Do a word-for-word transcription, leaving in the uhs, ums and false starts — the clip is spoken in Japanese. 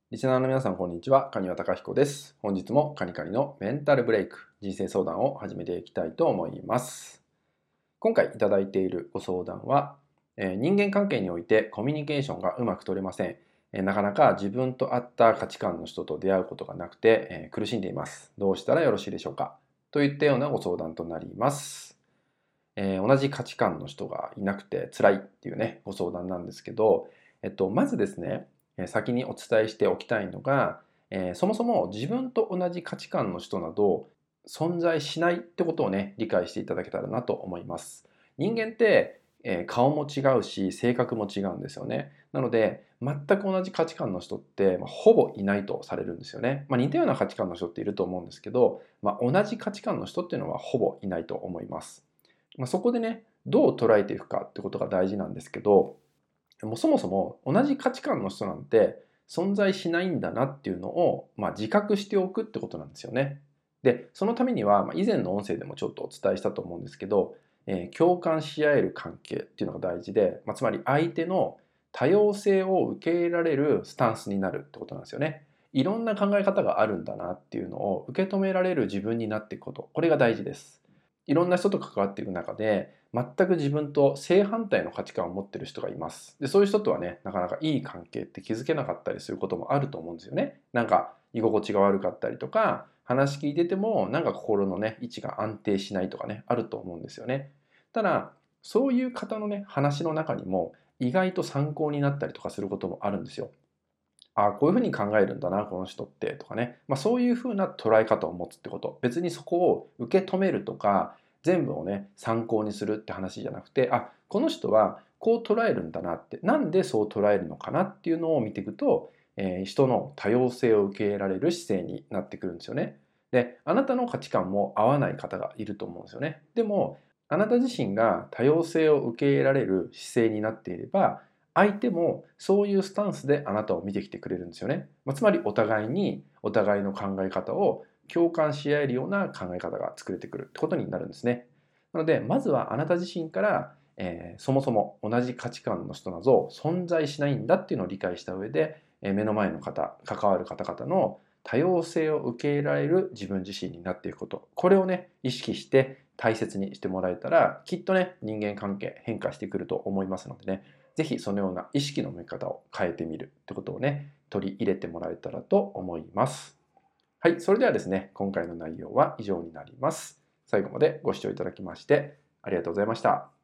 リスナーの皆さん、こんにちは。蟹和隆彦です。本日もカニカニのメンタルブレイク、人生相談を始めていきたいと思います。今回いただいているご相談は、えー人間関係においてコミュニケーションがうまく取れません。えーなかなか自分と合った価値観の人と出会うことがなくて、えー苦しんでいます。どうしたらよろしいでしょうかといったようなご相談となります。えー同じ価値観の人がいなくて辛いっていうね、ご相談なんですけど、えっと、まずですね、えー先にお伝えしておきたいのが、えーそもそも自分と同じ価値観の人など存在しないってことをね、理解していただけたらなと思います。人間って、えー顔も違うし、性格も違うんですよね。なので、全く同じ価値観の人って、まあ、ほぼいないとされるんですよね。まあ、似たような価値観の人っていると思うんですけど、まあ、同じ価値観の人っていうのはほぼいないと思います。まあ、そこでね、どう捉えていくかってことが大事なんですけど、もうそもそも同じ価値観の人なんて存在しないんだなっていうのを、まあ、自覚しておくってことなんですよね。で、そのためには、まあ、以前の音声でもちょっとお伝えしたと思うんですけど、えー共感し合える関係っていうのが大事で、まあ、つまり相手の多様性を受け入れられるスタンスになるってことなんですよね。いろんな考え方があるんだなっていうのを受け止められる自分になっていくこと、これが大事です。いろんな人と関わっていく中で、全く自分と正反対の価値観を持っている人がいます。で、そういう人とはね、なかなかいい関係って築けなかったりすることもあると思うんですよね。なんか居心地が悪かったりとか、話聞いててもなんか心のね、位置が安定しないとかね、あると思うんですよね。ただ、そういう方のね、話の中にも意外と参考になったりとかすることもあるんですよ。ああ、こういうふうに考えるんだな、この人ってとかね。まあ、そういうふうな捉え方を持つってこと。別にそこを受け止めるとか、全部をね、参考にするって話じゃなくて、あ、この人はこう捉えるんだなって、なんでそう捉えるのかなっていうのを見ていくと、えー人の多様性を受け入れられる姿勢になってくるんですよね。で、あなたの価値観も合わない方がいると思うんですよね。でも、あなた自身が多様性を受け入れられる姿勢になっていれば、相手もそういうスタンスであなたを見てきてくれるんですよね。まあ、つまりお互いにお互いの考え方を共感し合えるような考え方が作れてくるってことになるんですね。なので、まずはあなた自身から、えーそもそも同じ価値観の人など存在しないんだっていうのを理解した上で、えー目の前の方、関わる方々の多様性を受け入れられる自分自身になっていくこと。これをね、意識して大切にしてもらえたら、きっとね、人間関係変化してくると思いますのでね、ぜひそのような意識の向き方を変えてみるってことをね、取り入れてもらえたらと思います。はい、それではですね、今回の内容は以上になります。最後までご視聴いただきましてありがとうございました。